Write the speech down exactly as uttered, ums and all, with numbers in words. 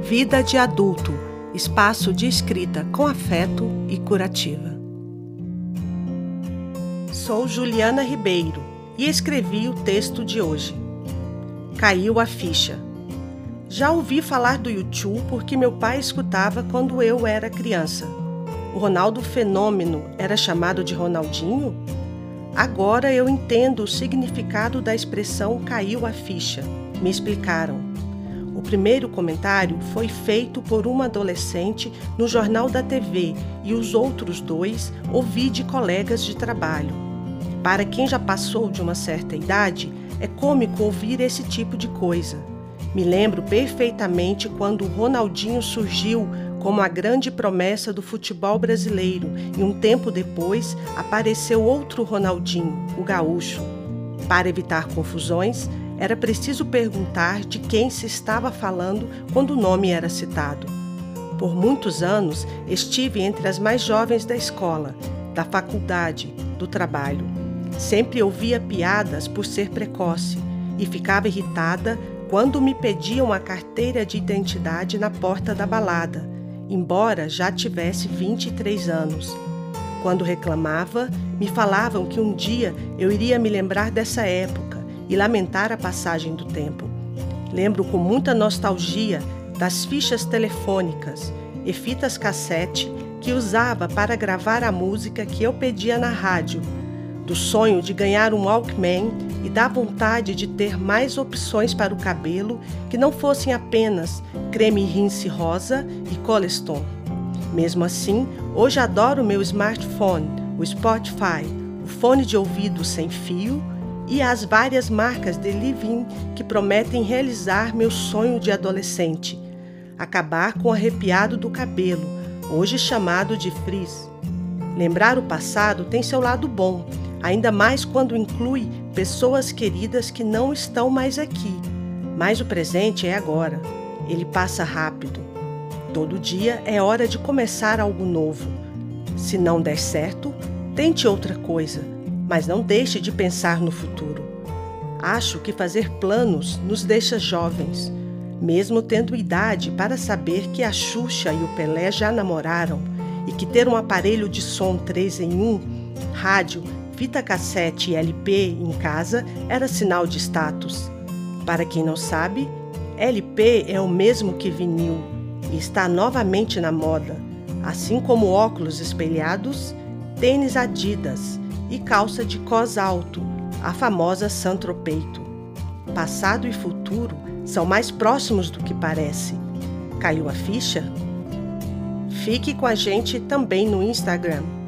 Vida de adulto, espaço de escrita com afeto e curativa. Sou Juliana Ribeiro e escrevi o texto de hoje. Caiu a ficha. Já ouvi falar do YouTube porque meu pai escutava quando eu era criança. O Ronaldo Fenômeno era chamado de Ronaldinho? Agora eu entendo o significado da expressão caiu a ficha. Me explicaram. O primeiro comentário foi feito por uma adolescente no Jornal da T V e os outros dois ouvi de colegas de trabalho. Para quem já passou de uma certa idade, é cômico ouvir esse tipo de coisa. Me lembro perfeitamente quando o Ronaldinho surgiu como a grande promessa do futebol brasileiro e um tempo depois apareceu outro Ronaldinho, o gaúcho. Para evitar confusões, era preciso perguntar de quem se estava falando quando o nome era citado. Por muitos anos, estive entre as mais jovens da escola, da faculdade, do trabalho. Sempre ouvia piadas por ser precoce e ficava irritada quando me pediam a carteira de identidade na porta da balada, embora já tivesse vinte e três anos. Quando reclamava, me falavam que um dia eu iria me lembrar dessa época e lamentar a passagem do tempo. Lembro com muita nostalgia das fichas telefônicas e fitas cassete que usava para gravar a música que eu pedia na rádio, do sonho de ganhar um Walkman e da vontade de ter mais opções para o cabelo que não fossem apenas creme rinse rosa e Coleston. Mesmo assim, hoje adoro meu smartphone, o Spotify, o fone de ouvido sem fio e as várias marcas de leave-in que prometem realizar meu sonho de adolescente, acabar com o arrepiado do cabelo, hoje chamado de frizz. Lembrar o passado tem seu lado bom, ainda mais quando inclui pessoas queridas que não estão mais aqui. Mas o presente é agora. Ele passa rápido. Todo dia é hora de começar algo novo. Se não der certo, tente outra coisa, mas não deixe de pensar no futuro. Acho que fazer planos nos deixa jovens, mesmo tendo idade para saber que a Xuxa e o Pelé já namoraram e que ter um aparelho de som três em um, rádio, fita cassete e L P em casa era sinal de status. Para quem não sabe, L P é o mesmo que vinil e está novamente na moda, assim como óculos espelhados, tênis Adidas e calça de cós alto, a famosa Santropeito. Passado e futuro são mais próximos do que parece. Caiu a ficha? Fique com a gente também no Instagram.